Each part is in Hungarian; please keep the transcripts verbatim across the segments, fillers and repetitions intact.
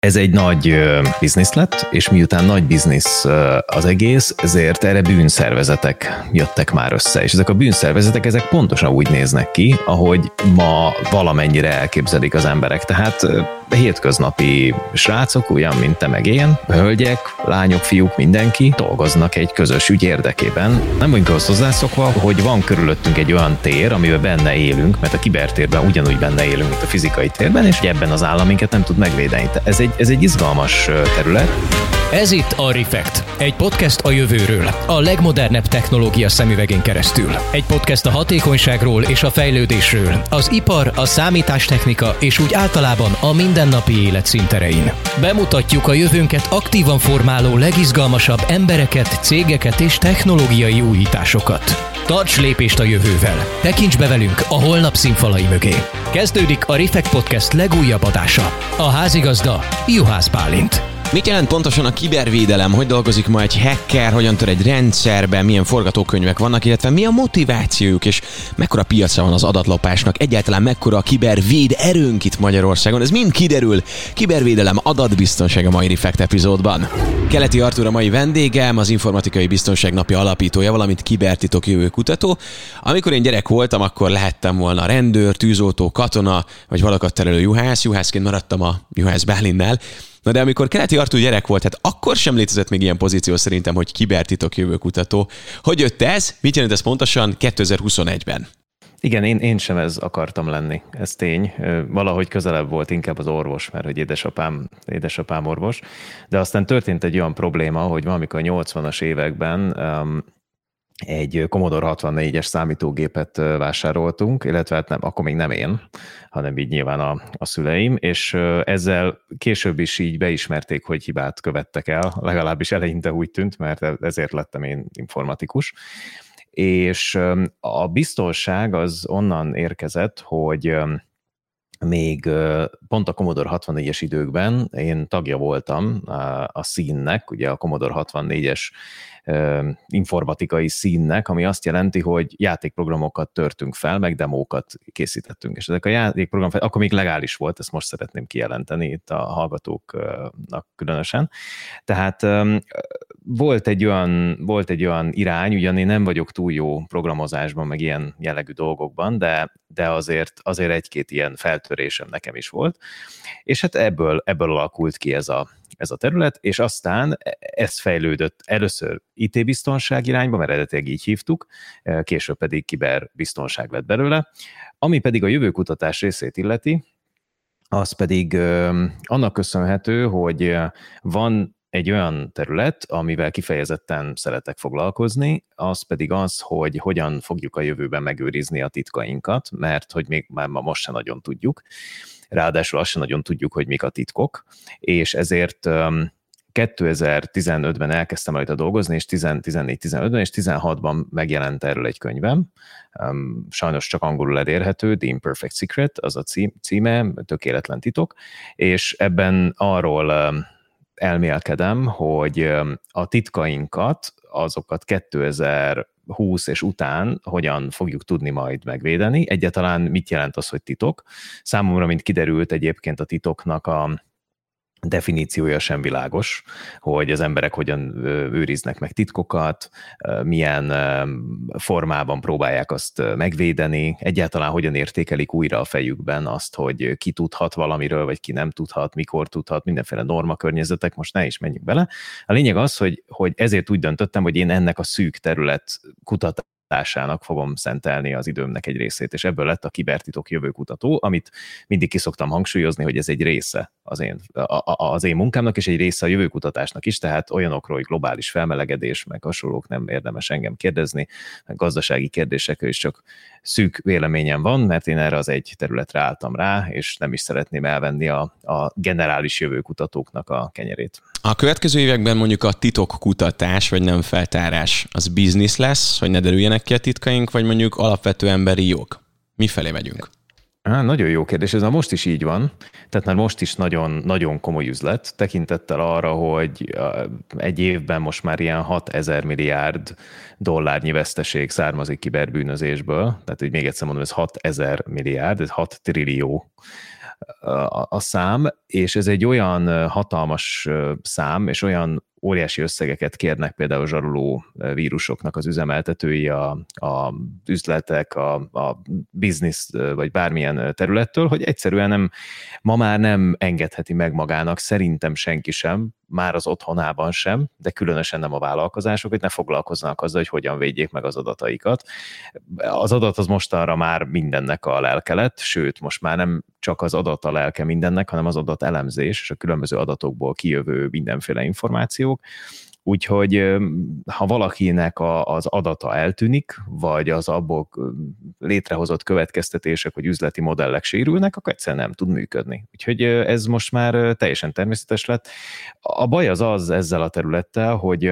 Ez egy nagy biznisz lett, és miután nagy biznisz az egész, ezért erre bűnszervezetek jöttek már össze. És ezek a bűnszervezetek, ezek pontosan úgy néznek ki, ahogy ma valamennyire elképzelik az emberek. Tehát hétköznapi srácok, olyan, mint te meg én, hölgyek, lányok, fiúk, mindenki dolgoznak egy közös ügy érdekében. Nem vagyunk ahhoz hozzászokva, hogy van körülöttünk egy olyan tér, amiben benne élünk, mert a kibertérben ugyanúgy benne élünk, mint a fizikai térben, és ebben az állam minket nem tud megvédeni. Ez egy, ez egy izgalmas terület. Ez itt a Refekt, egy podcast a jövőről, a legmodernebb technológia szemüvegén keresztül. Egy podcast a hatékonyságról és a fejlődésről, az ipar, a számítástechnika és úgy általában a mindennapi élet színterein. Bemutatjuk a jövőnket aktívan formáló legizgalmasabb embereket, cégeket és technológiai újításokat. Tarts lépést a jövővel! Tekints be velünk a holnap színfalai mögé! Kezdődik a Refekt Podcast legújabb adása. A házigazda Juhász Bálint. Mit jelent pontosan a kibervédelem? Hogy dolgozik ma egy hacker? Hogyan tör egy rendszerbe? Milyen forgatókönyvek vannak? Illetve mi a motivációjuk? És mekkora piaca van az adatlopásnak? Egyáltalán mekkora a kibervéd erőnk itt Magyarországon? Ez mind kiderül. Kibervédelem, adatbiztonság a mai Refekt epizódban. Keleti Artúr a mai vendégem, az Informatikai Biztonság Napja alapítója, valamint kibertitok jövőkutató. Amikor én gyerek voltam, akkor lehettem volna rendőr, tűzoltó, katona, vagy valakat terelő juhász. Juhászként maradtam a Juhász Bálinnál. Na de amikor Keleti Artúr gyerek volt, hát akkor sem létezett még ilyen pozíció szerintem, hogy kibertitok jövőkutató. Hogy jött ez? Mit jelent ez pontosan kétezer-huszonegyben? Igen, én, én sem ez akartam lenni, ez tény. Valahogy közelebb volt inkább az orvos, mert hogy édesapám, édesapám orvos. De aztán történt egy olyan probléma, hogy valamikor a nyolcvanas években um, egy Commodore hatvannégyes számítógépet vásároltunk, illetve hát nem, akkor még nem én, hanem így nyilván a, a szüleim, és ezzel később is így beismerték, hogy hibát követtek el, legalábbis eleinte úgy tűnt, mert ezért lettem én informatikus. És a biztonság az onnan érkezett, hogy még pont a Commodore hatvannégyes időkben én tagja voltam a színnek, ugye a Commodore hatvannégyes informatikai színnek, ami azt jelenti, hogy játékprogramokat törtünk fel, meg demókat készítettünk. És ezek a játékprogramok, akkor még legális volt, ezt most szeretném kijelenteni itt a hallgatóknak különösen. Tehát volt egy olyan, volt egy olyan irány, ugyan én nem vagyok túl jó programozásban, meg ilyen jellegű dolgokban, de, de azért, azért egy-két ilyen feltörésem nekem is volt. És hát ebből, ebből alakult ki ez a ez a terület, és aztán ez fejlődött először í té-biztonság irányba, mert eredetileg így hívtuk, később pedig kiberbiztonság lett belőle, ami pedig a jövőkutatás részét illeti, az pedig annak köszönhető, hogy van egy olyan terület, amivel kifejezetten szeretek foglalkozni, az pedig az, hogy hogyan fogjuk a jövőben megőrizni a titkainkat, mert hogy még már ma most sem nagyon tudjuk. Ráadásul azt sem nagyon tudjuk, hogy mik a titkok, és ezért kétezer-tizenötben elkezdtem rajta dolgozni, és tizennégy tizenötben és tizenhatban megjelent erről egy könyvem. Sajnos csak angolul elérhető, The Imperfect Secret, az a címe, tökéletlen titok, és ebben arról elmélkedem, hogy a titkainkat, azokat kétezer-húsz és után hogyan fogjuk tudni majd megvédeni. Egyáltalán mit jelent az, hogy titok? Számomra, mint kiderült, egyébként a titoknak a definíciója sem világos, hogy az emberek hogyan őriznek meg titkokat, milyen formában próbálják azt megvédeni, egyáltalán hogyan értékelik újra a fejükben azt, hogy ki tudhat valamiről, vagy ki nem tudhat, mikor tudhat, mindenféle normakörnyezetek, most ne is menjünk bele. A lényeg az, hogy, hogy ezért úgy döntöttem, hogy én ennek a szűk terület kutatásának fogom szentelni az időmnek egy részét, és ebből lett a kibertitok jövőkutató, amit mindig ki szoktam hangsúlyozni, hogy ez egy része az én, a, az én munkámnak, és egy része a jövőkutatásnak is, tehát olyanokról, hogy globális felmelegedés, meg hasonlók nem érdemes engem kérdezni, meg gazdasági kérdésekről is csak szűk véleményem van, mert én erre az egy területre álltam rá, és nem is szeretném elvenni a, a generális jövőkutatóknak a kenyerét. A következő években mondjuk a titokkutatás, vagy nem feltárás, az biznisz lesz, hogy ne derüljenek ki a titkaink, vagy mondjuk alapvető emberi jog? Mifelé megyünk? Há, nagyon jó kérdés, ez már most is így van, tehát már most is nagyon, nagyon komoly üzlet, tekintettel arra, hogy egy évben most már ilyen hatezer milliárd dollárnyi veszteség származik kiberbűnözésből, tehát hogy még egyszer mondom, ez hatezer milliárd, ez hat trillió a, a szám, és ez egy olyan hatalmas szám, és olyan óriási összegeket kérnek például zsaroló vírusoknak az üzemeltetői, a, a üzletek, a, a biznisz vagy bármilyen területtől, hogy egyszerűen nem, ma már nem engedheti meg magának szerintem senki sem, már az otthonában sem, de különösen nem a vállalkozások, hogy ne foglalkozzanak azzal, hogy hogyan védjék meg az adataikat. Az adat az mostanra már mindennek a lelke lett, sőt, most már nem csak az adat a lelke mindennek, hanem az adat elemzés és a különböző adatokból kijövő mindenféle információk. Úgyhogy ha valakinek a, az adata eltűnik, vagy az abból létrehozott következtetések, vagy üzleti modellek sérülnek, akkor egyszerűen nem tud működni. Úgyhogy ez most már teljesen természetes lett. A baj az az ezzel a területtel, hogy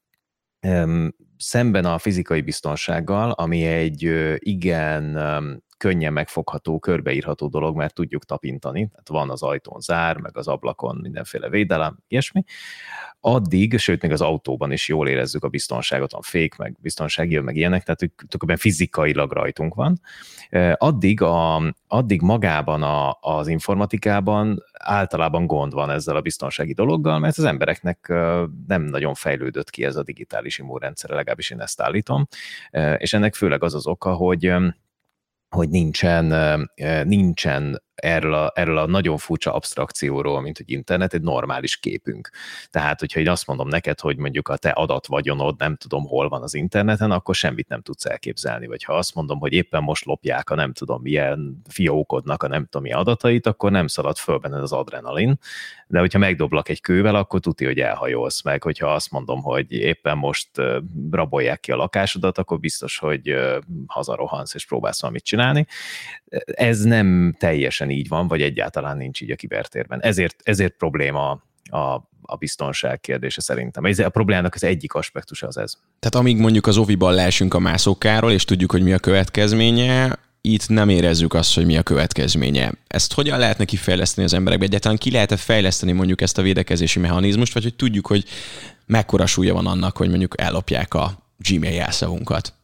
um, szemben a fizikai biztonsággal, ami egy uh, igen um, könnyen megfogható, körbeírható dolog, mert tudjuk tapintani, tehát van az ajtón zár, meg az ablakon mindenféle védelem, ilyesmi, addig, sőt, még az autóban is jól érezzük a biztonságot, van fék, meg biztonsági, meg ilyenek, tehát tulajdonképpen fizikailag rajtunk van. Addig, a, addig magában a, az informatikában általában gond van ezzel a biztonsági dologgal, mert az embereknek nem nagyon fejlődött ki ez a digitális immunrendszere, legalábbis én ezt állítom, és ennek főleg az az oka, hogy hogy nincsen, nincsen erről a, erről a nagyon furcsa absztrakcióról, mint hogy internet, egy normális képünk. Tehát, hogyha én azt mondom neked, hogy mondjuk a te adatvagyonod nem tudom hol van az interneten, akkor semmit nem tudsz elképzelni. Vagy ha azt mondom, hogy éppen most lopják a nem tudom milyen fiókodnak a nem tudom milyen adatait, akkor nem szalad föl benned az adrenalin. De hogyha megdoblak egy kővel, akkor tudja, hogy elhajolsz meg. Hogyha azt mondom, hogy éppen most rabolják ki a lakásodat, akkor biztos, hogy hazarohansz és próbálsz valamit csinálni. Ez nem teljesen így van, vagy egyáltalán nincs így a kibertérben. Ezért, ezért probléma a, a biztonság kérdése szerintem. Ez a problémának az egyik aspektusa az ez. Tehát amíg mondjuk az oviban leesünk a mászókáról, és tudjuk, hogy mi a következménye, itt nem érezzük azt, hogy mi a következménye. Ezt hogyan lehetne kifejleszteni az emberekbe? Egyáltalán ki lehet-e fejleszteni mondjuk ezt a védekezési mechanizmust, vagy hogy tudjuk, hogy mekkora súlya van annak, hogy mondjuk ellopják a Gmail jelszavunkat?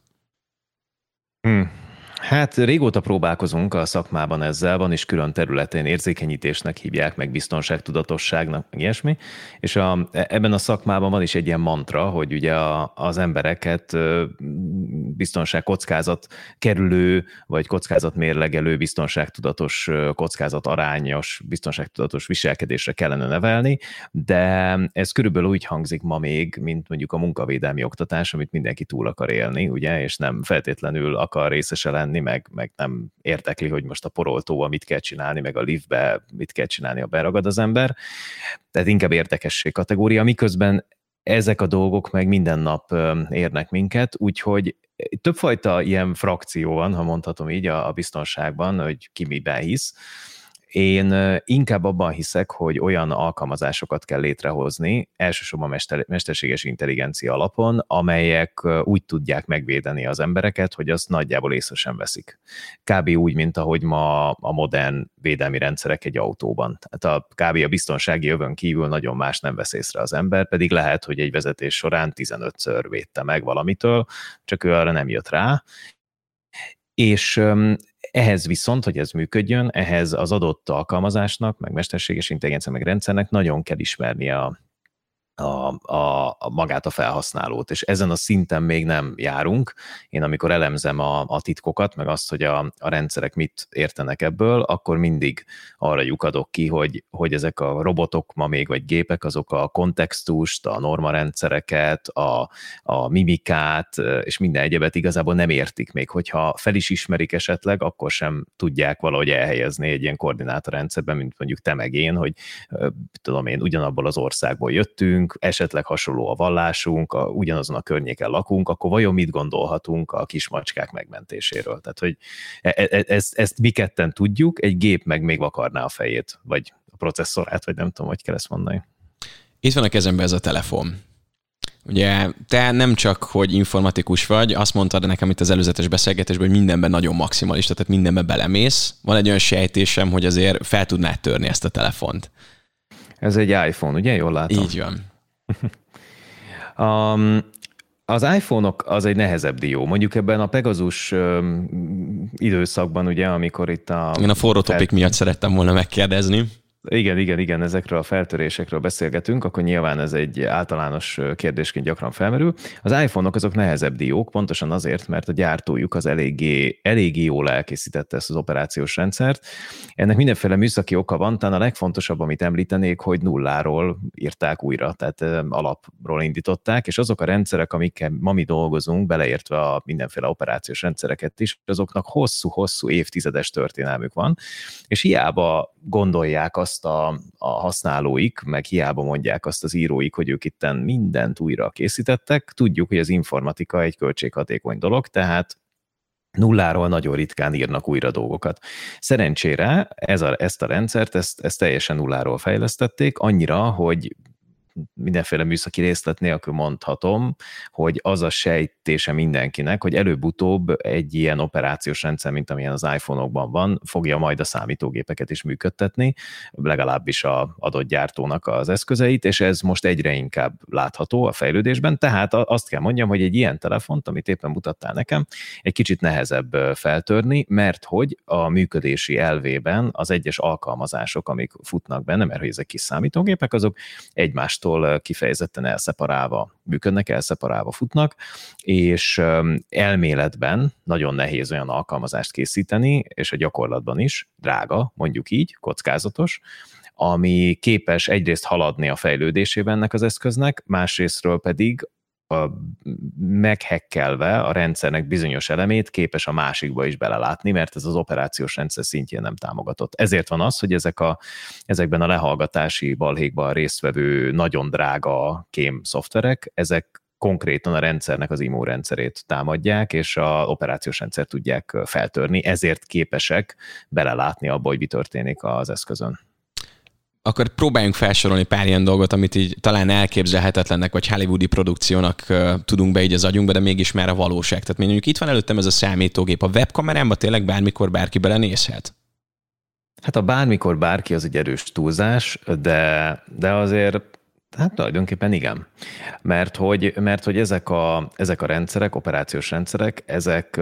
Hmm. Hát régóta próbálkozunk a szakmában ezzel, van is külön területén érzékenyítésnek hívják, meg biztonságtudatosságnak, meg ilyesmi, és a, ebben a szakmában van is egy ilyen mantra, hogy ugye a, az embereket biztonságkockázat kerülő, vagy kockázatmérlegelő, biztonságtudatos, kockázatarányos, biztonságtudatos viselkedésre kellene nevelni, de ez körülbelül úgy hangzik ma még, mint mondjuk a munkavédelmi oktatás, amit mindenki túl akar élni, ugye, és nem feltétlenül akar részese lenni, Meg, meg nem érdekli, hogy most a poroltóval mit kell csinálni, meg a liftbe mit kell csinálni, ha beragad az ember. Tehát inkább érdekesség kategória, miközben ezek a dolgok meg minden nap érnek minket, úgyhogy többfajta ilyen frakció van, ha mondhatom így, a, a biztonságban, hogy ki miben hisz. Én inkább abban hiszek, hogy olyan alkalmazásokat kell létrehozni, elsősorban mester, mesterséges intelligencia alapon, amelyek úgy tudják megvédeni az embereket, hogy azt nagyjából észre sem veszik. Kb. Úgy, mint ahogy ma a modern védelmi rendszerek egy autóban. Tehát a kb. A biztonsági övön kívül nagyon más nem vesz észre az ember, pedig lehet, hogy egy vezetés során tizenötször védte meg valamitől, csak ő arra nem jött rá. És ehhez viszont, hogy ez működjön, ehhez az adott alkalmazásnak, meg mesterséges intelligencia, meg rendszernek nagyon kell ismernie a, a, a, a magát a felhasználót, és ezen a szinten még nem járunk. Én amikor elemzem a, a titkokat, meg azt, hogy a, a rendszerek mit értenek ebből, akkor mindig arra lyukadok ki, hogy, hogy ezek a robotok ma még, vagy gépek, azok a kontextust, a normarendszereket, a, a mimikát, és minden egyebet igazából nem értik még. Hogyha fel is ismerik esetleg, akkor sem tudják valahogy elhelyezni egy ilyen koordinátorrendszerben, mint mondjuk te meg én, hogy tudom én, ugyanabból az országból jöttünk, esetleg hasonló a vallásunk, a, ugyanazon a környéken lakunk, akkor vajon mit gondolhatunk a kismacskák megmentéséről? Tehát, hogy e, e, ezt, ezt mi ketten tudjuk, egy gép meg még vakarná a fejét, vagy a processzorát, vagy nem tudom, hogy kell ezt mondani. Itt van a kezemben ez a telefon. Ugye te nem csak, hogy informatikus vagy, azt mondtad nekem itt az előzetes beszélgetésben, hogy mindenben nagyon maximalista, tehát mindenben belemész. Van egy olyan sejtésem, hogy azért fel tudnád törni ezt a telefont. Ez egy iPhone, ugye? Jól látom. Így van. um, Az iPhone-ok az egy nehezebb dió. Mondjuk ebben a Pegasus um, időszakban, ugye, amikor itt a... Én a forró topik miatt szerettem volna megkérdezni. Igen, igen, igen, ezekről a feltörésekről beszélgetünk, akkor nyilván ez egy általános kérdésként gyakran felmerül. Az iPhone-ok azok nehezebb diók, pontosan azért, mert a gyártójuk az eléggé, eléggé jól elkészítette ezt az operációs rendszert. Ennek mindenféle műszaki oka van, talán a legfontosabb, amit említenék, hogy nulláról írták újra, tehát alapról indították, és azok a rendszerek, amikkel ma mi dolgozunk, beleértve a mindenféle operációs rendszereket is, azoknak hosszú-hosszú évtizedes történelmük van, és hiába gondolják azt a, a használóik, meg hiába mondják azt az íróik, hogy ők itten mindent újra készítettek. Tudjuk, hogy az informatika egy költséghatékony dolog, tehát nulláról nagyon ritkán írnak újra dolgokat. Szerencsére ez a, ezt a rendszert, ezt, ezt teljesen nulláról fejlesztették, annyira, hogy mindenféle műszaki részlet nélkül mondhatom, hogy az a sejtése mindenkinek, hogy előbb-utóbb egy ilyen operációs rendszer, mint amilyen az iPhone-okban van, fogja majd a számítógépeket is működtetni, legalábbis az adott gyártónak az eszközeit, és ez most egyre inkább látható a fejlődésben, tehát azt kell mondjam, hogy egy ilyen telefont, amit éppen mutattál nekem, egy kicsit nehezebb feltörni, mert hogy a működési elvében az egyes alkalmazások, amik futnak benne, mert hogy ezek kis számítógépek, azok egymástól kifejezetten elszeparálva működnek, elszeparálva futnak, és elméletben nagyon nehéz olyan alkalmazást készíteni, és a gyakorlatban is drága, mondjuk így, kockázatos, ami képes egyrészt haladni a fejlődésében ennek az eszköznek, másrésztről pedig a, meghekkelve a rendszernek bizonyos elemét képes a másikba is belelátni, mert ez az operációs rendszer szintjén nem támogatott. Ezért van az, hogy ezek a, ezekben a lehallgatási balhékban résztvevő nagyon drága kém szoftverek, ezek konkrétan a rendszernek az immunrendszerét támadják, és az operációs rendszert tudják feltörni, ezért képesek belelátni abba, hogy mi történik az eszközön. Akkor próbáljunk felsorolni pár ilyen dolgot, amit így talán elképzelhetetlennek, vagy hollywoodi produkciónak uh, tudunk be így az agyunkba, de mégis már a valóság. Tehát mondjuk itt van előttem ez a számítógép. A webkamerámba tényleg bármikor bárki belenézhet? Hát a bármikor bárki az egy erős túlzás, de, de azért hát tulajdonképpen igen. Mert hogy, mert hogy ezek, a, ezek a rendszerek, operációs rendszerek, ezek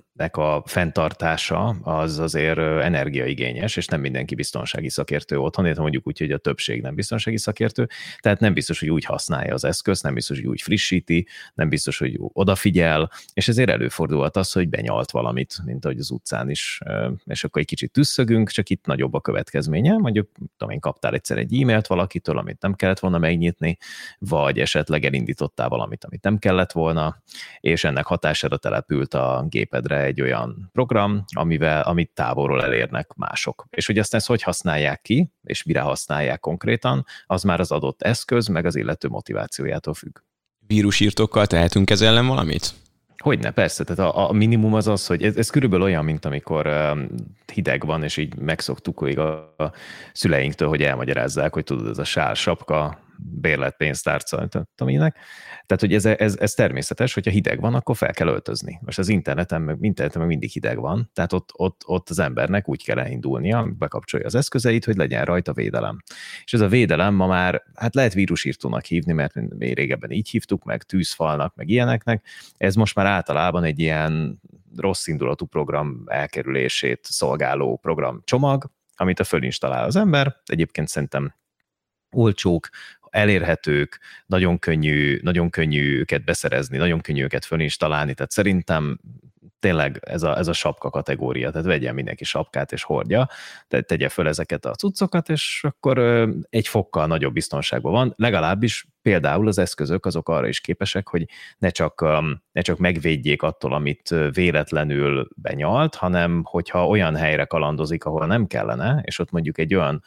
a fenntartása az azért energiaigényes, és nem mindenki biztonsági szakértő otthon, illetve mondjuk úgy, hogy a többség nem biztonsági szakértő, tehát nem biztos, hogy úgy használja az eszközt, nem biztos, hogy úgy frissíti, nem biztos, hogy odafigyel, és ezért előfordulhat az, hogy benyalt valamit, mint ahogy az utcán is, és akkor egy kicsit tüsszögünk, csak itt nagyobb a következménye, mondjuk, tudom én, kaptál egyszer egy e-mailt valakitől, amit nem kellett volna megnyitni, vagy esetleg elindítottál valamit, amit nem kellett volna, és ennek hatására települt a gépedre egy olyan program, amivel, amit távolról elérnek mások. És hogy azt ezt hogy használják ki, és mire használják konkrétan, az már az adott eszköz, meg az illető motivációjától függ. Vírusírtókkal tehetünk ez ellen valamit? Hogyne, persze. Tehát a, a minimum az az, hogy ez, ez körülbelül olyan, mint amikor um, hideg van, és így megszoktuk hogy a, a szüleinktől, hogy elmagyarázzák, hogy tudod, ez a sál, sapka, bérlet, pénztárca, tudom ének. Tehát, hogy ez, ez, ez természetes, hogyha hideg van, akkor fel kell öltözni. Most az interneten meg, interneten meg mindig hideg van, tehát ott, ott, ott az embernek úgy kell elindulnia, bekapcsolja az eszközeit, hogy legyen rajta védelem. És ez a védelem ma már, hát lehet vírusírtónak hívni, mert mi régebben így hívtuk, meg tűzfalnak, meg ilyeneknek. Ez most már általában egy ilyen rossz indulatú program elkerülését szolgáló programcsomag, amit a fölinstalál az ember. Egyébként szerintem olcsók, elérhetők, nagyon könnyű, nagyon könnyű őket beszerezni, nagyon könnyű őket fölinstalálni, tehát szerintem tényleg ez a, ez a sapka kategória, tehát vegyen mindenki sapkát és hordja, tehát tegye föl ezeket a cuccokat, és akkor egy fokkal nagyobb biztonságban van, legalábbis például az eszközök azok arra is képesek, hogy ne csak, ne csak megvédjék attól, amit véletlenül benyalt, hanem hogyha olyan helyre kalandozik, ahol nem kellene, és ott mondjuk egy olyan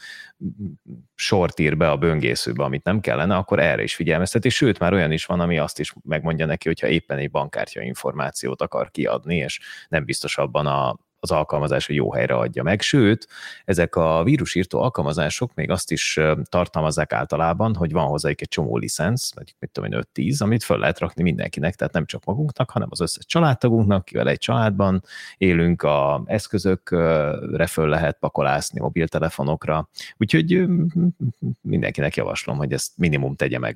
sort ír be a böngészőbe, amit nem kellene, akkor erre is figyelmezteti, sőt már olyan is van, ami azt is megmondja neki, hogyha éppen egy bankkártya információt akar kiadni, és nem biztos abban a az alkalmazás, hogy jó helyre adja meg. Sőt, ezek a vírusírtó alkalmazások még azt is tartalmazzák általában, hogy van hozzá egy csomó licensz, vagy mit tudom én, öt-tíz, amit föl lehet rakni mindenkinek, tehát nem csak magunknak, hanem az összes családtagunknak, kivel egy családban élünk, a eszközökre föl lehet pakolászni, mobiltelefonokra. Úgyhogy mindenkinek javaslom, hogy ezt minimum tegye meg.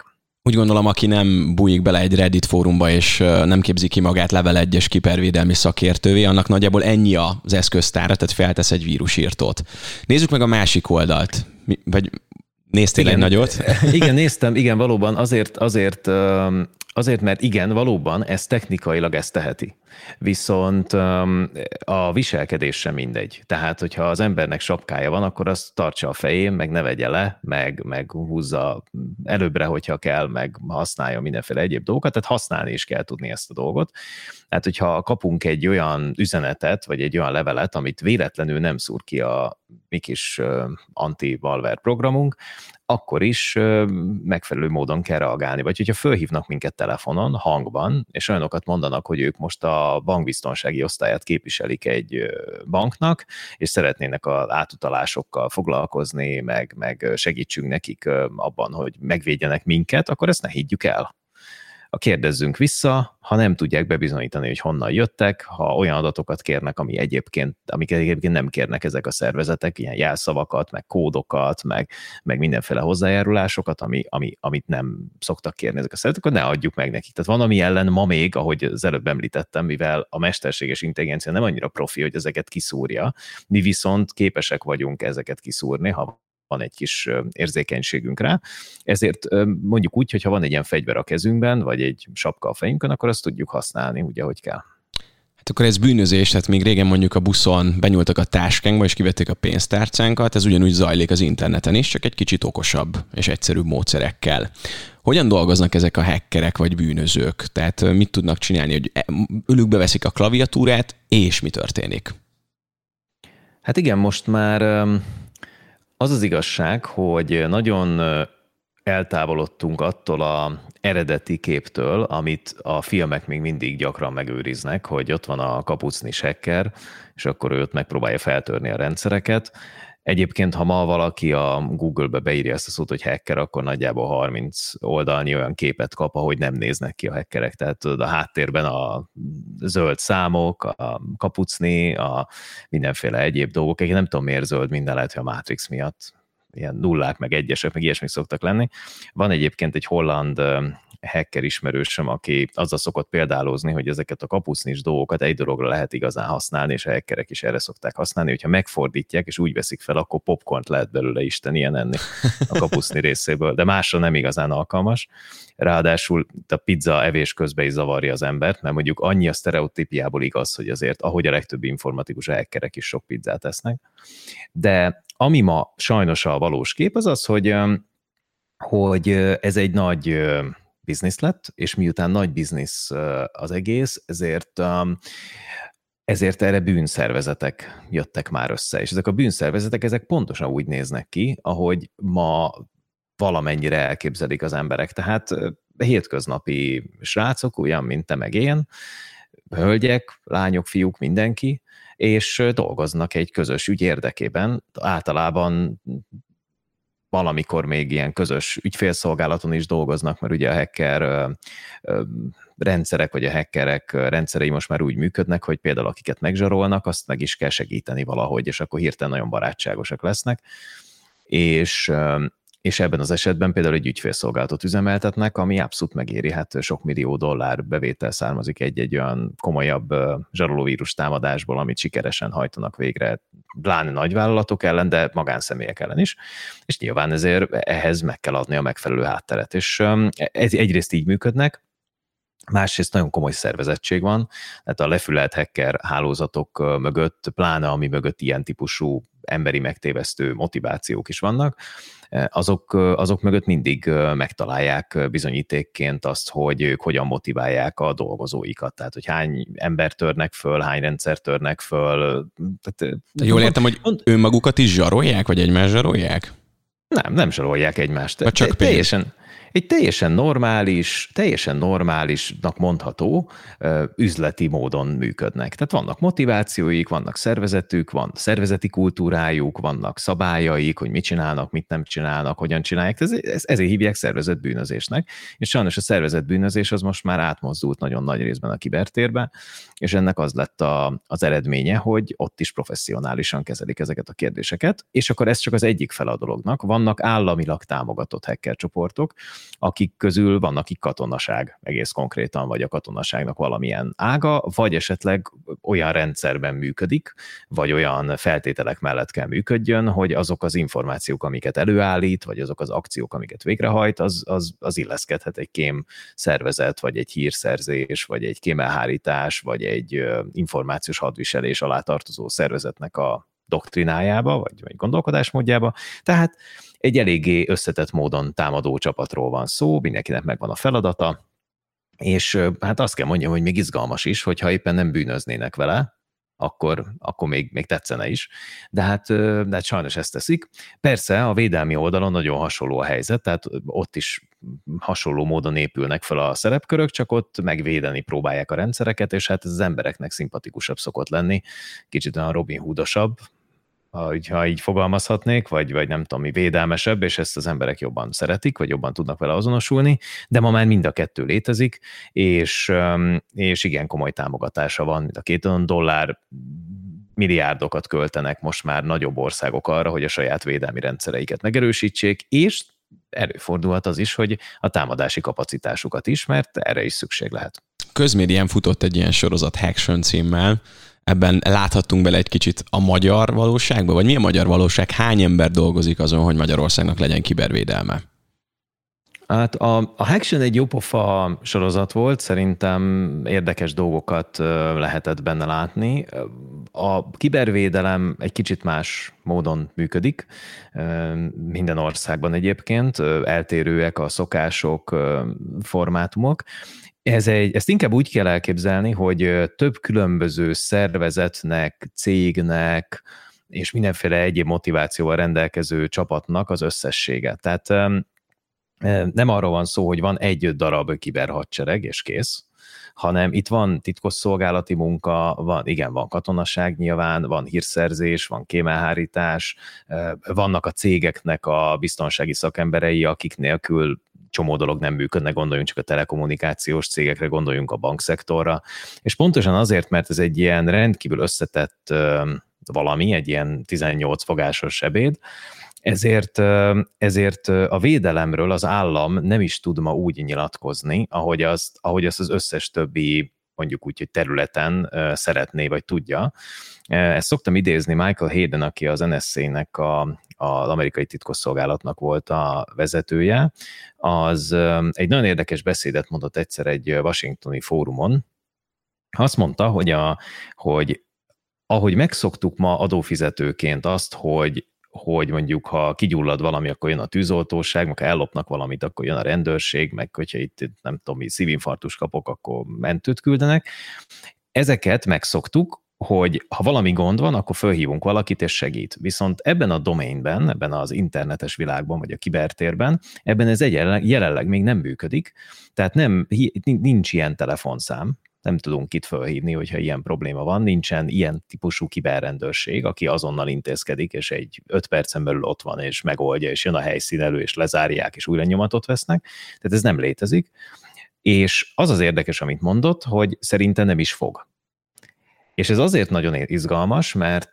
Úgy gondolom, aki nem bújik bele egy Reddit fórumba, és nem képzi ki magát level egyes kibervédelmi szakértővé, annak nagyjából ennyi az eszköztára, tehát feltesz egy vírusírtót. Nézzük meg a másik oldalt. Vagy néztél igen, egy nagyot? Igen, néztem, igen, valóban azért, azért, azért, mert igen, valóban ez technikailag ezt teheti. Viszont a viselkedés sem mindegy. Tehát, hogyha az embernek sapkája van, akkor azt tartsa a fején, meg ne vegye le, meg, meg húzza előbbre, hogyha kell, meg használja mindenféle egyéb dolgokat, tehát használni is kell tudni ezt a dolgot. Tehát, hogyha kapunk egy olyan üzenetet, vagy egy olyan levelet, amit véletlenül nem szúr ki a mi kis anti-malware programunk, akkor is megfelelő módon kell reagálni. Vagy hogyha fölhívnak minket telefonon, hangban, és olyanokat mondanak, hogy ők most a bankbiztonsági osztályát képviselik egy banknak, és szeretnének az átutalásokkal foglalkozni, meg, meg segítsünk nekik abban, hogy megvédjenek minket, akkor ezt ne higgyük el. A kérdezzünk vissza, ha nem tudják bebizonyítani, hogy honnan jöttek, ha olyan adatokat kérnek, ami egyébként, amiket egyébként nem kérnek ezek a szervezetek, ilyen jelszavakat, meg kódokat, meg, meg mindenféle hozzájárulásokat, ami, ami, amit nem szoktak kérni ezek a szervezetek, akkor ne adjuk meg nekik. Tehát van, ami ellen ma még, ahogy az előbb említettem, mivel a mesterséges intelligencia nem annyira profi, hogy ezeket kiszúrja, mi viszont képesek vagyunk ezeket kiszúrni, ha van egy kis érzékenységünk rá. Ezért mondjuk úgy, hogy ha van egy ilyen fegyver a kezünkben, vagy egy sapka a fejünkön, akkor azt tudjuk használni úgy, ahogy kell. Hát akkor ez bűnözés, tehát még régen mondjuk a buszon benyúltak a táskánkba, és kivették a pénztárcánkat, ez ugyanúgy zajlik az interneten is, csak egy kicsit okosabb és egyszerűbb módszerekkel. Hogyan dolgoznak ezek a hackerek vagy bűnözők? Tehát mit tudnak csinálni, hogy ülük beveszik a klaviatúrát, és mi történik? Hát igen, most már az az igazság, hogy nagyon eltávolodtunk attól az eredeti képtől, amit a filmek még mindig gyakran megőriznek, hogy ott van a kapucnis hacker, és akkor ő ott megpróbálja feltörni a rendszereket. Egyébként, ha ma valaki a Google-be beírja ezt a szót, hogy hacker, akkor nagyjából harminc oldalnyi olyan képet kap, ahogy nem néznek ki a hackerek. Tehát a háttérben a zöld számok, a kapucni, a mindenféle egyéb dolgok. Én nem tudom, miért zöld, minden lehet, hogy a Matrix miatt ilyen nullák, meg egyesek, meg ilyesmik szoktak lenni. Van egyébként egy holland hacker ismerősöm, aki azzal szokott példálozni, hogy ezeket a kapucnis dolgokat egy dologra lehet igazán használni, és a hackerek is erre szokták használni, hogyha megfordítják, és úgy veszik fel, akkor popcornt lehet belőle istennien enni a kapucni részéből, de másra nem igazán alkalmas. Ráadásul a pizza evés közben is zavarja az embert, mert mondjuk annyi a sztereotípiából igaz, hogy azért, ahogy a legtöbb informatikus, a hackerek is sok pizzát esznek. De ami ma sajnos a valós kép, az az, hogy, hogy ez egy nagy biznisz lett, és miután nagy biznisz az egész, ezért, ezért erre bűnszervezetek jöttek már össze. És ezek a bűnszervezetek, ezek pontosan úgy néznek ki, ahogy ma valamennyire elképzelik az emberek. Tehát hétköznapi srácok, olyan, mint te meg én, hölgyek, lányok, fiúk, mindenki, és dolgoznak egy közös ügy érdekében. Általában valamikor még ilyen közös ügyfélszolgálaton is dolgoznak, mert ugye a hacker rendszerek, vagy a hackerek rendszerei most már úgy működnek, hogy például akiket megzsarolnak, azt meg is kell segíteni valahogy, és akkor hirtelen nagyon barátságosak lesznek. És, és ebben az esetben például egy ügyfélszolgálatot üzemeltetnek, ami abszolút megéri, hát sok millió dollár bevétel származik egy-egy olyan komolyabb zsarolóvírus támadásból, amit sikeresen hajtanak végre, pláne nagyvállalatok ellen, de magánszemélyek ellen is, és nyilván ezért ehhez meg kell adni a megfelelő hátteret, és ez egyrészt így működnek, másrészt nagyon komoly szervezettség van, tehát a lefülelt hacker hálózatok mögött, pláne ami mögött ilyen típusú emberi megtévesztő motivációk is vannak, azok, azok mögött mindig megtalálják bizonyítékként azt, hogy ők hogyan motiválják a dolgozóikat, tehát hogy hány ember törnek föl, hány rendszer törnek föl. Tehát, jól értem, hogy önmagukat is zsarolják, vagy egymást zsarolják? Nem, nem zsarolják egymást. Vagy csak teljesen, egy teljesen normális, teljesen normálisnak mondható üzleti módon működnek. Tehát vannak motivációik, vannak szervezetük, van szervezeti kultúrájuk, vannak szabályaik, hogy mit csinálnak, mit nem csinálnak, hogyan csinálják. Ez, ez, ezért hívják szervezett bűnözésnek. És sajnos a szervezett bűnözés az most már átmozdult nagyon nagy részben a kibertérbe, és ennek az lett a, az eredménye, hogy ott is professzionálisan kezelik ezeket a kérdéseket, és akkor ez csak az egyik fele a dolognak. Vannak államilag támogatott hacker csoportok, akik közül van, akik katonaság egész konkrétan, vagy a katonaságnak valamilyen ága, vagy esetleg olyan rendszerben működik, vagy olyan feltételek mellett kell működjön, hogy azok az információk, amiket előállít, vagy azok az akciók, amiket végrehajt, az, az, az illeszkedhet egy kém szervezet, vagy egy hírszerzés, vagy egy kémelhárítás, vagy egy információs hadviselés alá tartozó szervezetnek a doktrinájába, vagy, vagy gondolkodásmódjába. Tehát egy eléggé összetett módon támadó csapatról van szó, mindenkinek megvan a feladata, és hát azt kell mondjam, hogy még izgalmas is, hogyha éppen nem bűnöznének vele, akkor, akkor még, még tetszene is, de hát, de hát sajnos ezt teszik. Persze a védelmi oldalon nagyon hasonló a helyzet, tehát ott is hasonló módon épülnek fel a szerepkörök, csak ott megvédeni próbálják a rendszereket, és hát ez az embereknek szimpatikusabb szokott lenni, kicsit olyan Robin Hoodosabb, ha így fogalmazhatnék, vagy, vagy nem tudom mi, védelmesebb, és ezt az emberek jobban szeretik, vagy jobban tudnak vele azonosulni, de ma már mind a kettő létezik, és, és igen komoly támogatása van, mint a két dollár, milliárdokat költenek most már nagyobb országok arra, hogy a saját védelmi rendszereiket megerősítsék, és előfordulhat az is, hogy a támadási kapacitásukat is, mert erre is szükség lehet. Közmédián futott egy ilyen sorozat Hacktion címmel, ebben láthattunk bele egy kicsit a magyar valóságba, vagy mi a magyar valóság? Hány ember dolgozik azon, hogy Magyarországnak legyen kibervédelme? Hát a, a Hacktion egy jópofa sorozat volt, szerintem érdekes dolgokat lehetett benne látni. A kibervédelem egy kicsit más módon működik, minden országban egyébként, eltérőek a szokások, formátumok. Ez egy, ezt inkább úgy kell elképzelni, hogy több különböző szervezetnek, cégnek és mindenféle egyéb motivációval rendelkező csapatnak az összessége. Tehát nem arról van szó, hogy van egy darab kiberhadsereg és kész, hanem itt van titkosszolgálati munka, van, igen, van katonaság nyilván, van hírszerzés, van kémelhárítás, vannak a cégeknek a biztonsági szakemberei, akik nélkül csomó dolog nem működne, gondoljunk csak a telekommunikációs cégekre, gondoljunk a bankszektorra, és pontosan azért, mert ez egy ilyen rendkívül összetett valami, egy ilyen tizennyolc fogásos ebéd, ezért, ezért a védelemről az állam nem is tud ma úgy nyilatkozni, ahogy azt, ahogy azt az összes többi, mondjuk úgy, hogy területen szeretné, vagy tudja. Ezt szoktam idézni Michael Hayden, aki az en es cé-nek a, az amerikai titkosszolgálatnak volt a vezetője, az egy nagyon érdekes beszédet mondott egyszer egy washingtoni fórumon. Azt mondta, hogy, a, hogy ahogy megszoktuk ma adófizetőként azt, hogy hogy mondjuk, ha kigyullad valami, akkor jön a tűzoltóság, meg ha ellopnak valamit, akkor jön a rendőrség, meg hogyha itt nem tudom, szívinfarktus kapok, akkor mentőt küldenek. Ezeket megszoktuk, hogy ha valami gond van, akkor fölhívunk valakit és segít. Viszont ebben a domainben, ebben az internetes világban, vagy a kibertérben, ebben ez egyenleg, jelenleg még nem működik, tehát nem, nincs ilyen telefonszám, nem tudunk itt fölhívni, hogyha ilyen probléma van, nincsen ilyen típusú kiberrendőrség, aki azonnal intézkedik, és egy öt percen belül ott van, és megoldja, és jön a helyszínelő, és lezárják, és újra nyomatot vesznek. Tehát ez nem létezik. És az az érdekes, amit mondott, hogy szerintem nem is fog. És ez azért nagyon izgalmas, mert,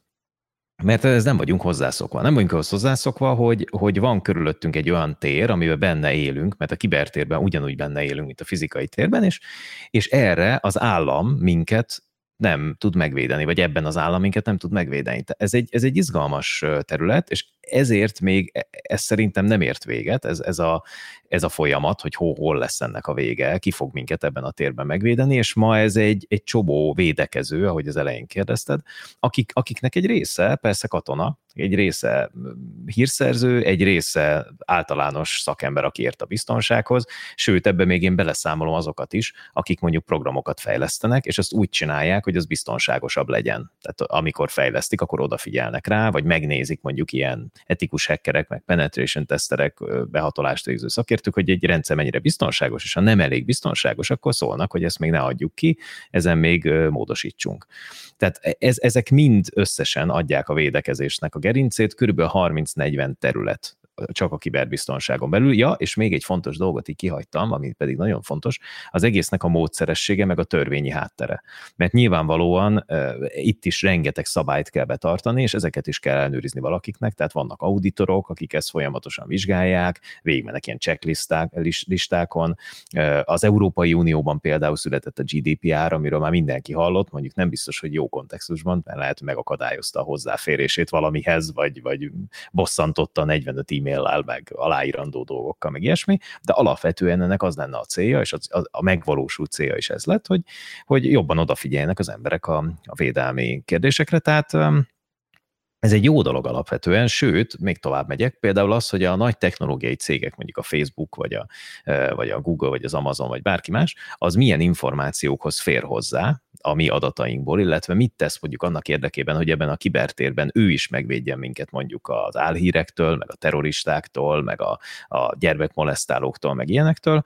mert ez nem vagyunk hozzászokva. Nem vagyunk ahhoz hozzászokva, hogy, hogy van körülöttünk egy olyan tér, amiben benne élünk, mert a kibertérben ugyanúgy benne élünk, mint a fizikai térben, és, és erre az állam minket nem tud megvédeni, vagy ebben az állam minket nem tud megvédeni. Ez egy, ez egy izgalmas terület, és ezért még ez szerintem nem ért véget, ez, ez, a, ez a folyamat, hogy hol, hol lesz ennek a vége, ki fog minket ebben a térben megvédeni, és ma ez egy, egy csobó védekező, ahogy az elején kérdezted, akik, akiknek egy része persze katona, egy része hírszerző, egy része általános szakember, aki ért a biztonsághoz, sőt, ebbe még én beleszámolom azokat is, akik mondjuk programokat fejlesztenek, és azt úgy csinálják, hogy az biztonságosabb legyen. Tehát amikor fejlesztik, akkor odafigyelnek rá, vagy megnézik mondjuk ilyen etikus hackerek, meg penetration teszterek, behatolást végző szakértők, hogy egy rendszer mennyire biztonságos, és ha nem elég biztonságos, akkor szólnak, hogy ezt még ne adjuk ki, ezen még módosítsunk. Tehát ez, ezek mind összesen adják a védekezésnek a gerincét, körülbelül harminc-negyven terület csak a kiberbiztonságon belül. Ja, és még egy fontos dolgot így kihagytam, ami pedig nagyon fontos, az egésznek a módszeressége, meg a törvényi háttere. Mert nyilvánvalóan uh, itt is rengeteg szabályt kell betartani, és ezeket is kell ellenőrizni valakiknek, tehát vannak auditorok, akik ezt folyamatosan vizsgálják, végigmennek ilyen checklisták, listákon. Uh, az Európai Unióban például született a gé dé pé er, amiről már mindenki hallott, mondjuk nem biztos, hogy jó kontextusban, mert lehet, hogy megakadályozta a hozzáférését valamihez, vagy, vagy bosszantotta negyvenöt e-maillel, meg aláírandó dolgokkal, meg ilyesmi, de alapvetően ennek az lenne a célja, és az, a megvalósult célja is ez lett, hogy, hogy jobban odafigyeljenek az emberek a, a védelmi kérdésekre, tehát ez egy jó dolog alapvetően, sőt, még tovább megyek, például az, hogy a nagy technológiai cégek, mondjuk a Facebook, vagy a, vagy a Google, vagy az Amazon, vagy bárki más, az milyen információkhoz fér hozzá a mi adatainkból, illetve mit tesz mondjuk annak érdekében, hogy ebben a kibertérben ő is megvédjen minket mondjuk az álhírektől, meg a terroristáktól, meg a, a gyermekmolesztálóktól, meg ilyenektől.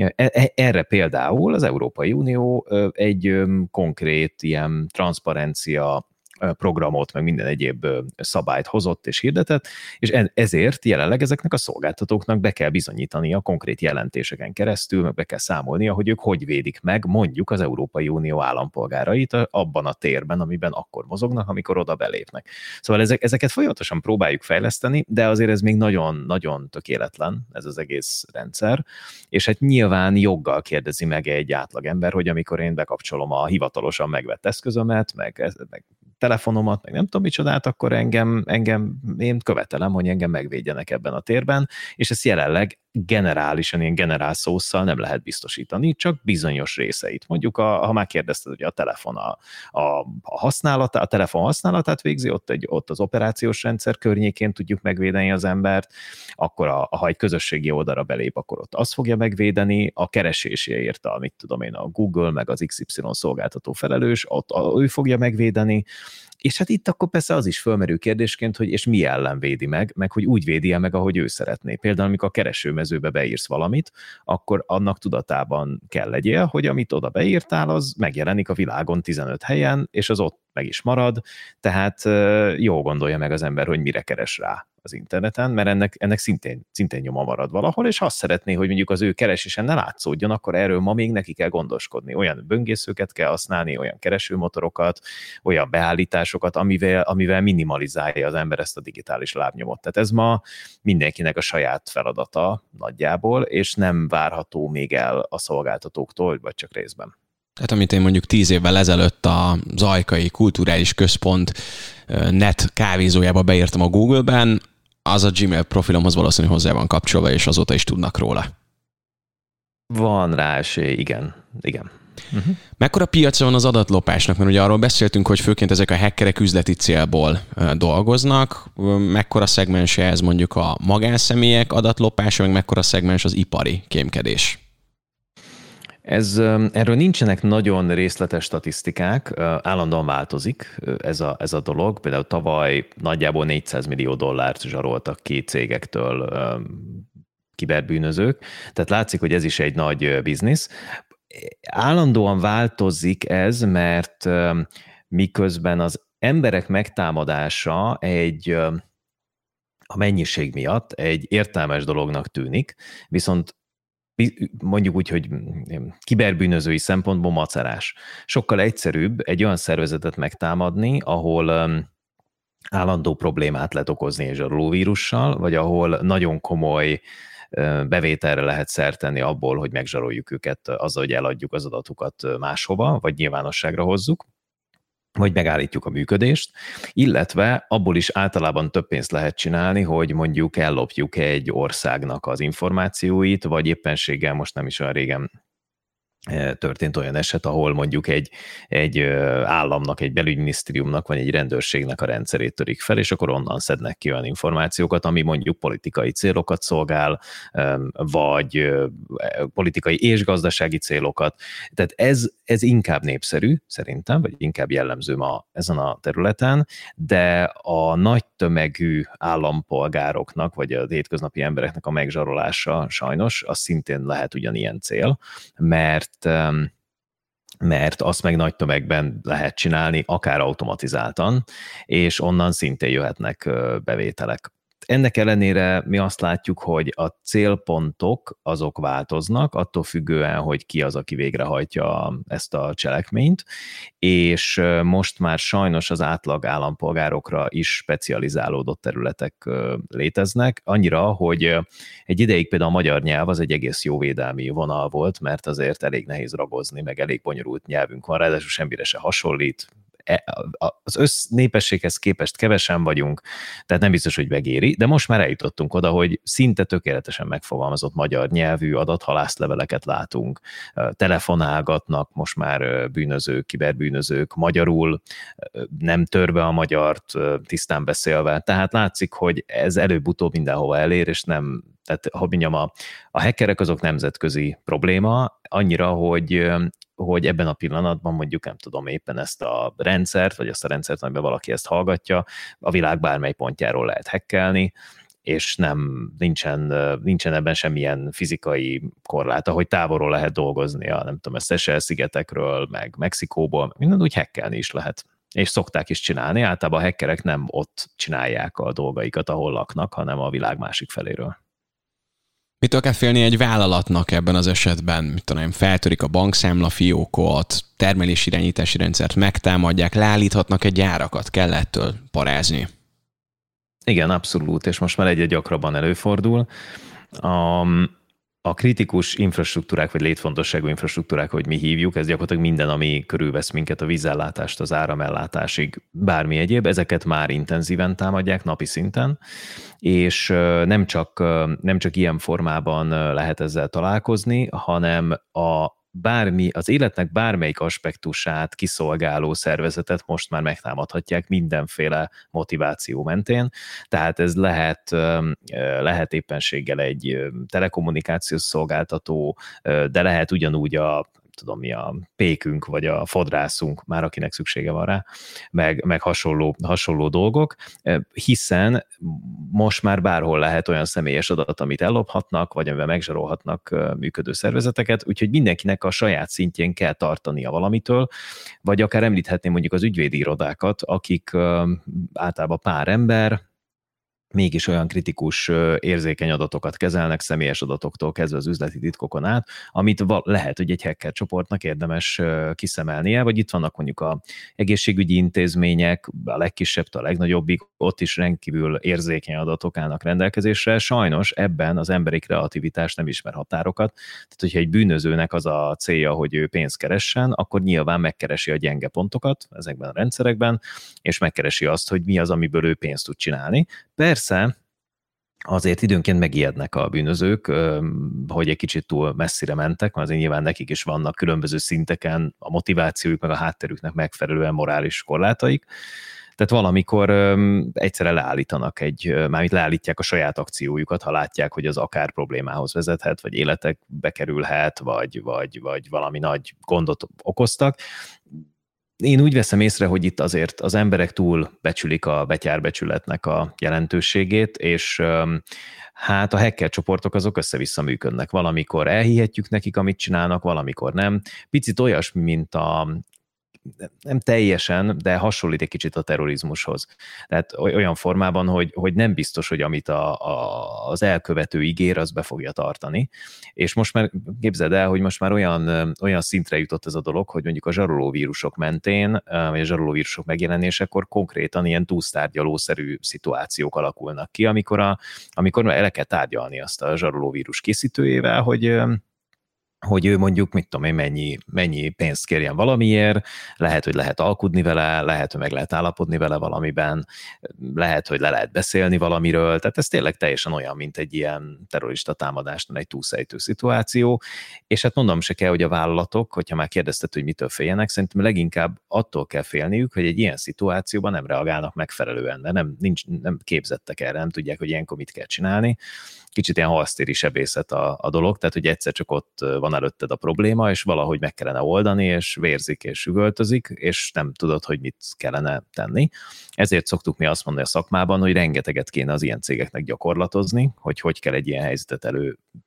Erre például az Európai Unió egy konkrét ilyen transzparencia programot, meg minden egyéb szabályt hozott és hirdetett, és ezért jelenleg ezeknek a szolgáltatóknak be kell bizonyítani a konkrét jelentéseken keresztül, meg be kell számolnia, hogy ők hogy védik meg mondjuk az Európai Unió állampolgárait abban a térben, amiben akkor mozognak, amikor oda belépnek. Szóval ezek, ezeket folyamatosan próbáljuk fejleszteni, de azért ez még nagyon-nagyon tökéletlen, ez az egész rendszer, és hát nyilván joggal kérdezi meg egy átlagember, hogy amikor én bekapcsolom a hivatalosan megvett eszközömet, meg, meg telefonomat, meg nem tudom micsodát, akkor engem, engem, én követelem, hogy engem megvédjenek ebben a térben, és ezt jelenleg generálisan, ilyen generál szósszal nem lehet biztosítani, csak bizonyos részeit. Mondjuk, a, ha már kérdezted, hogy a telefon a, a, a használatát, a telefon használatát végzi, ott, egy, ott az operációs rendszer környékén tudjuk megvédeni az embert, akkor a, ha egy közösségi oldalra belép, akkor ott azt fogja megvédeni, a kereséséért, a, mit tudom én, a Google, meg az iksz ipszilon szolgáltató felelős, ott a, ő fogja megvédeni, és hát itt akkor persze az is fölmerül kérdésként, hogy és mi ellen védi meg, meg hogy úgy védi meg, ahogy ő szeretné. Például, amikor a keresőmezőbe beírsz valamit, akkor annak tudatában kell legyél, hogy amit oda beírtál, az megjelenik a világon tizenöt helyen, és az ott meg is marad, tehát jó gondolja meg az ember, hogy mire keres rá az interneten, mert ennek, ennek szintén, szintén nyoma marad valahol, és ha azt szeretné, hogy mondjuk az ő keresésen ne látszódjon, akkor erről ma még neki kell gondoskodni. Olyan böngészőket kell használni, olyan keresőmotorokat, olyan beállításokat, amivel, amivel minimalizálja az ember ezt a digitális lábnyomot. Tehát ez ma mindenkinek a saját feladata nagyjából, és nem várható még el a szolgáltatóktól, vagy csak részben. Tehát amit én mondjuk tíz évvel ezelőtt a Zajkai Kulturális Központ net kávézójába beírtam a Google-ben, az a Gmail profilomhoz valószínűleg hozzá van kapcsolva, és azóta is tudnak róla. Van rá esély, igen. igen. Uh-huh. Mekkora piaca van az adatlopásnak? Mert ugye arról beszéltünk, hogy főként ezek a hackerek üzleti célból dolgoznak. Mekkora szegmense ez mondjuk a magánszemélyek adatlopása, meg mekkora szegmens az ipari kémkedés? Ez, erről nincsenek nagyon részletes statisztikák, állandóan változik ez a, ez a dolog. Például tavaly nagyjából négyszáz millió dollárt zsaroltak ki cégektől kiberbűnözők, tehát látszik, hogy ez is egy nagy biznisz. Állandóan változik ez, mert miközben az emberek megtámadása egy a mennyiség miatt egy értelmes dolognak tűnik, viszont mondjuk úgy, hogy kiberbűnözői szempontból macerás. Sokkal egyszerűbb egy olyan szervezetet megtámadni, ahol állandó problémát lehet okozni egy zsarolóvírussal, vagy ahol nagyon komoly bevételre lehet szert tenni abból, hogy megzsaroljuk őket azzal, hogy eladjuk az adatukat máshova, vagy nyilvánosságra hozzuk, vagy megállítjuk a működést, illetve abból is általában több pénzt lehet csinálni, hogy mondjuk ellopjuk egy országnak az információit, vagy éppenséggel most nem is olyan régen történt olyan eset, ahol mondjuk egy, egy államnak, egy belügyminisztériumnak, vagy egy rendőrségnek a rendszerét törik fel, és akkor onnan szednek ki olyan információkat, ami mondjuk politikai célokat szolgál, vagy politikai és gazdasági célokat. Tehát ez, ez inkább népszerű, szerintem, vagy inkább jellemző ma ezen a területen, de a nagy tömegű állampolgároknak, vagy a hétköznapi embereknek a megzsarolása sajnos, az szintén lehet ugyanilyen cél, mert mert azt meg nagy tömegben lehet csinálni, akár automatizáltan, és onnan szintén jöhetnek bevételek. ennek ellenére mi azt látjuk, hogy a célpontok azok változnak, attól függően, hogy ki az, aki végrehajtja ezt a cselekményt, és most már sajnos az átlag állampolgárokra is specializálódott területek léteznek, annyira, hogy egy ideig például a magyar nyelv az egy egész jó védelmi vonal volt, mert azért elég nehéz ragozni, meg elég bonyolult nyelvünk van, ráadásul semmire se hasonlít, az össznépességhez képest kevesen vagyunk, tehát nem biztos, hogy megéri, de most már eljutottunk oda, hogy szinte tökéletesen megfogalmazott magyar nyelvű adathalászleveleket látunk, telefonálgatnak most már bűnözők, kiberbűnözők magyarul, nem törve a magyart, tisztán beszélve, tehát látszik, hogy ez előbb-utóbb mindenhova elér, és nem, tehát ha mondjam, a, a hackerek azok nemzetközi probléma, annyira, hogy hogy ebben a pillanatban mondjuk nem tudom éppen ezt a rendszert, vagy azt a rendszert, amiben valaki ezt hallgatja, a világ bármely pontjáról lehet hackelni, és nem, nincsen, nincsen ebben semmilyen fizikai korláta, hogy távolról lehet dolgozni, a, nem tudom, a Seychelles-szigetekről, meg Mexikóból, minden úgy hackelni is lehet. És szokták is csinálni, általában a hackerek nem ott csinálják a dolgaikat, ahol laknak, hanem a világ másik feléről. Mitől kell félni egy vállalatnak ebben az esetben? Mit tudom, feltörik a bankszámla fiókot, termelési irányítási rendszert megtámadják, leállíthatnak egy gyárakat, kell ettől parázni? Igen, abszolút, és most már egyre gyakrabban előfordul. A, a kritikus infrastruktúrák, vagy létfontosságú infrastruktúrák, hogy mi hívjuk, ez gyakorlatilag minden, ami körülvesz minket a vízellátást, az áramellátásig, bármi egyéb, ezeket már intenzíven támadják napi szinten, és nem csak, nem csak ilyen formában lehet ezzel találkozni, hanem a bármi, az életnek bármelyik aspektusát kiszolgáló szervezetet most már megtámadhatják mindenféle motiváció mentén, tehát ez lehet, lehet éppenséggel egy telekommunikációs szolgáltató, de lehet ugyanúgy a tudom mi a pékünk, vagy a fodrászunk, már akinek szüksége van rá, meg, meg hasonló, hasonló dolgok, hiszen most már bárhol lehet olyan személyes adat, amit ellophatnak, vagy amivel megzsarolhatnak működő szervezeteket, úgyhogy mindenkinek a saját szintjén kell tartania valamitől, vagy akár említhetném mondjuk az ügyvédi irodákat, akik általában pár ember, mégis olyan kritikus, érzékeny adatokat kezelnek, személyes adatoktól kezdve az üzleti titkokon át, amit lehet, hogy egy hacker csoportnak érdemes kiszemelnie, vagy itt vannak mondjuk a egészségügyi intézmények, a legkisebbtől a legnagyobbig, ott is rendkívül érzékeny adatok állnak rendelkezésre. Sajnos ebben az emberi kreativitás nem ismer határokat, tehát hogyha egy bűnözőnek az a célja, hogy ő pénzt keressen, akkor nyilván megkeresi a gyenge pontokat ezekben a rendszerekben, és megkeresi azt, hogy mi az, amiből ő pénzt tud csinálni. Persze, azért időnként megijednek a bűnözők, hogy egy kicsit túl messzire mentek, mert azért nyilván nekik is vannak különböző szinteken a motivációjuk, meg a hátterüknek megfelelően morális korlátaik. Tehát valamikor egyszerre leállítanak egy, mármint leállítják a saját akciójukat, ha látják, hogy az akár problémához vezethet, vagy életekbe kerülhet, vagy, vagy, vagy valami nagy gondot okoztak. Én úgy veszem észre, hogy itt azért az emberek túl becsülik a betyárbecsületnek a jelentőségét, és hát a hacker csoportok azok össze-vissza működnek. Valamikor elhihetjük nekik, amit csinálnak, valamikor nem. Picit olyasmi, mint a nem teljesen, de hasonlít egy kicsit a terrorizmushoz. Tehát olyan formában, hogy, hogy nem biztos, hogy amit a, a, az elkövető ígér, az be fogja tartani. És most már képzeld el, hogy most már olyan, olyan szintre jutott ez a dolog, hogy mondjuk a zsarolóvírusok mentén, vagy a zsarolóvírusok megjelenésekor konkrétan ilyen túlsztárgyalószerű szituációk alakulnak ki, amikor, a, amikor el kell tárgyalni azt a zsarolóvírus készítőjével, hogy hogy ő mondjuk, mit tudom én, mennyi, mennyi pénzt kérjen valamiért, lehet, hogy lehet alkudni vele, lehet, hogy meg lehet állapodni vele valamiben, lehet, hogy le lehet beszélni valamiről, tehát ez tényleg teljesen olyan, mint egy ilyen terrorista támadásnál egy túlszejtő szituáció, és hát mondom se kell, hogy a vállalatok, hogyha már kérdezted, hogy mitől féljenek, szerintem leginkább attól kell félniük, hogy egy ilyen szituációban nem reagálnak megfelelően, de nem, nincs, nem képzettek erre, nem tudják, hogy ilyenkor mit kell csinálni. Kicsit ilyen halsztéri sebészet a, a dolog, tehát hogy egyszer csak ott van előtted a probléma, és valahogy meg kellene oldani, és vérzik és üvöltözik, és nem tudod, hogy mit kellene tenni. Ezért szoktuk mi azt mondani a szakmában, hogy rengeteget kéne az ilyen cégeknek gyakorlatozni, hogy hogy kell egy ilyen helyzetet elő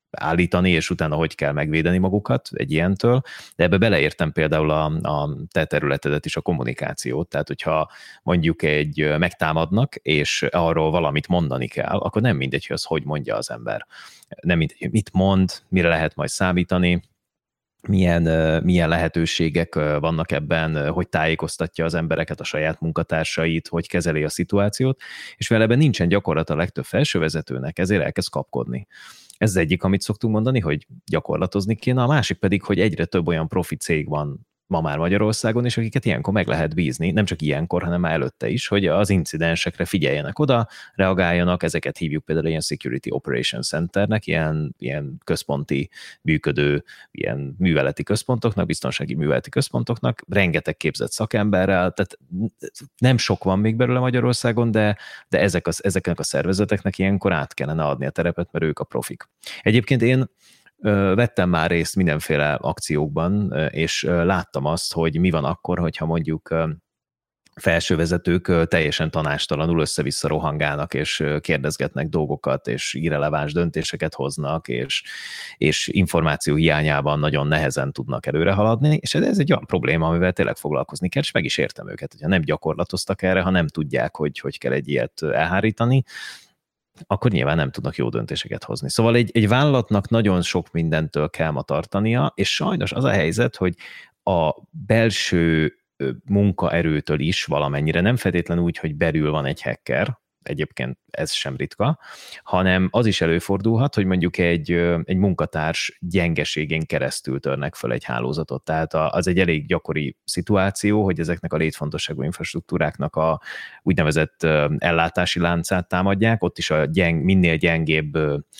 állítani, és utána hogy kell megvédeni magukat egy ilyentől, de ebbe beleértem például a, a te területedet is, a kommunikációt, tehát hogyha mondjuk egy megtámadnak, és arról valamit mondani kell, akkor nem mindegy, hogy az hogy mondja az ember. Nem mindegy, mit mond, mire lehet majd számítani, milyen, milyen lehetőségek vannak ebben, hogy tájékoztatja az embereket, a saját munkatársait, hogy kezeli a szituációt, és vele ebben nincsen gyakorlat a legtöbb felsővezetőnek, ezért elkezd kapkodni. Ez az egyik, amit szoktunk mondani, hogy gyakorlatozni kéne, a másik pedig, hogy egyre több olyan profi cég van ma már Magyarországon, és akiket ilyenkor meg lehet bízni, nem csak ilyenkor, hanem már előtte is, hogy az incidensekre figyeljenek oda, reagáljanak, ezeket hívjuk például ilyen Security Operation Centernek, ilyen, ilyen központi működő, ilyen műveleti központoknak, biztonsági műveleti központoknak, rengeteg képzett szakemberrel, tehát nem sok van még belőle Magyarországon, de, de ezek az, ezeknek a szervezeteknek ilyenkor át kellene adni a terepet, mert ők a profik. Egyébként én vettem már részt mindenféle akciókban, és láttam azt, hogy mi van akkor, hogyha mondjuk felsővezetők teljesen tanástalanul össze-vissza rohangálnak, és kérdezgetnek dolgokat, és irreleváns döntéseket hoznak, és, és információ hiányában nagyon nehezen tudnak előre haladni, és ez egy olyan probléma, amivel tényleg foglalkozni kell, és meg is értem őket, hogyha nem gyakorlatoztak erre, ha nem tudják, hogy hogy kell egy ilyet elhárítani, akkor nyilván nem tudnak jó döntéseket hozni. Szóval egy, egy vállalatnak nagyon sok mindentől kell ma tartania, és sajnos az a helyzet, hogy a belső munkaerőtől is valamennyire, nem feltétlenül úgy, hogy belül van egy hacker, egyébként ez sem ritka, hanem az is előfordulhat, hogy mondjuk egy, egy munkatárs gyengeségén keresztül törnek fel egy hálózatot. Tehát az egy elég gyakori szituáció, hogy ezeknek a létfontosságú infrastruktúráknak a úgynevezett ellátási láncát támadják, ott is a gyeng, minél gyengébb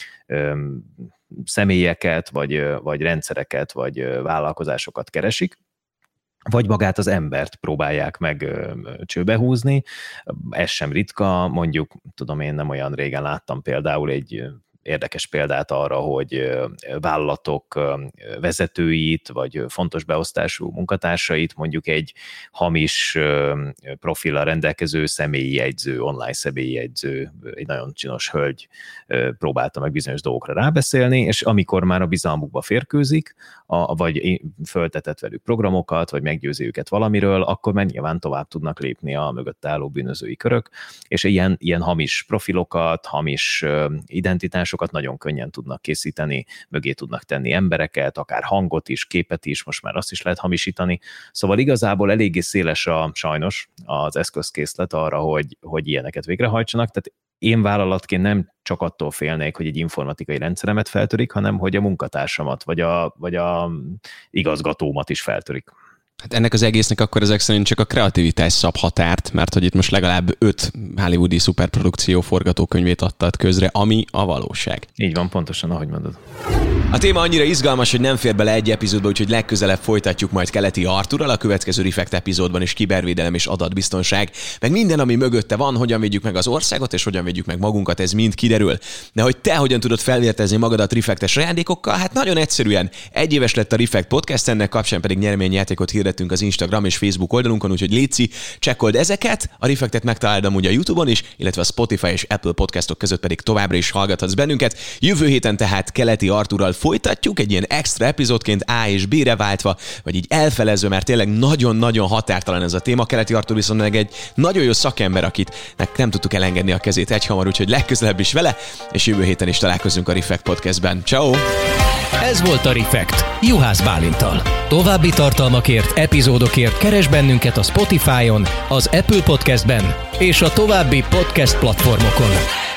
személyeket, vagy, vagy rendszereket, vagy vállalkozásokat keresik, vagy magát az embert próbálják meg csőbe húzni. Ez sem ritka, mondjuk, tudom én, nem olyan régen láttam például egy érdekes példát arra, hogy vállalatok vezetőit, vagy fontos beosztású munkatársait mondjuk egy hamis profillal rendelkező személyi jegyző, online személyi jegyző, egy nagyon csinos hölgy próbálta meg bizonyos dolgokra rábeszélni, és amikor már a bizalmukba férkőzik, a, vagy föltetett velük programokat, vagy meggyőzi őket valamiről, akkor már nyilván tovább tudnak lépni a mögött álló bűnözői körök, és ilyen, ilyen hamis profilokat, hamis identitásokat nagyon könnyen tudnak készíteni, mögé tudnak tenni embereket, akár hangot is, képet is, most már azt is lehet hamisítani. Szóval igazából eléggé széles a, sajnos az eszközkészlet arra, hogy, hogy ilyeneket végrehajtsanak, tehát én vállalatként nem csak attól félnék, hogy egy informatikai rendszeremet feltörik, hanem hogy a munkatársamat, vagy a, vagy a igazgatómat is feltörik. Hát ennek az egésznek akkor ezek szerint csak a kreativitás szab határt, mert hogy itt most legalább öt hollywoodi szuperprodukció forgatókönyvét adtad közre, ami a valóság. Így van, pontosan, ahogy mondod. A téma annyira izgalmas, hogy nem fér bele egy epizódba, úgyhogy legközelebb folytatjuk majd Keleti Artúrral, a következő Refekt epizódban is kibervédelem és adatbiztonság, meg minden, ami mögötte van, hogyan védjük meg az országot, és hogyan védjük meg magunkat, ez mind kiderül. De hogy te hogyan tudod felvértezni magadat Refektes ajándékokkal? Hát nagyon egyszerűen. Egy éves lett a Refekt Podcast, ennek kapcsán pedig nyereményjátékot hirdettünk az Instagram és Facebook oldalunkon, úgyhogy létszi, csekkold ezeket. A Refektet megtalálod amúgy a YouTube-on is, illetve a Spotify és Apple podcastok között pedig továbbra is hallgathatsz bennünket. Jövő héten tehát Keleti Artúrral folytatjuk, egy ilyen extra epizódként A és B-re váltva, vagy így elfelezve, mert tényleg nagyon-nagyon határtalan ez a téma. Keleti Artúr viszont meg egy nagyon jó szakember, akit nem tudtuk elengedni a kezét egyhamar, úgyhogy legközelebb is vele, és jövő héten is találkozunk a Refekt Podcastben. Ciao. Ez volt a Refekt Juhász Bálinttal. További tartalmakért, epizódokért keresd bennünket a Spotify-on, az Apple Podcastben és a további podcast platformokon.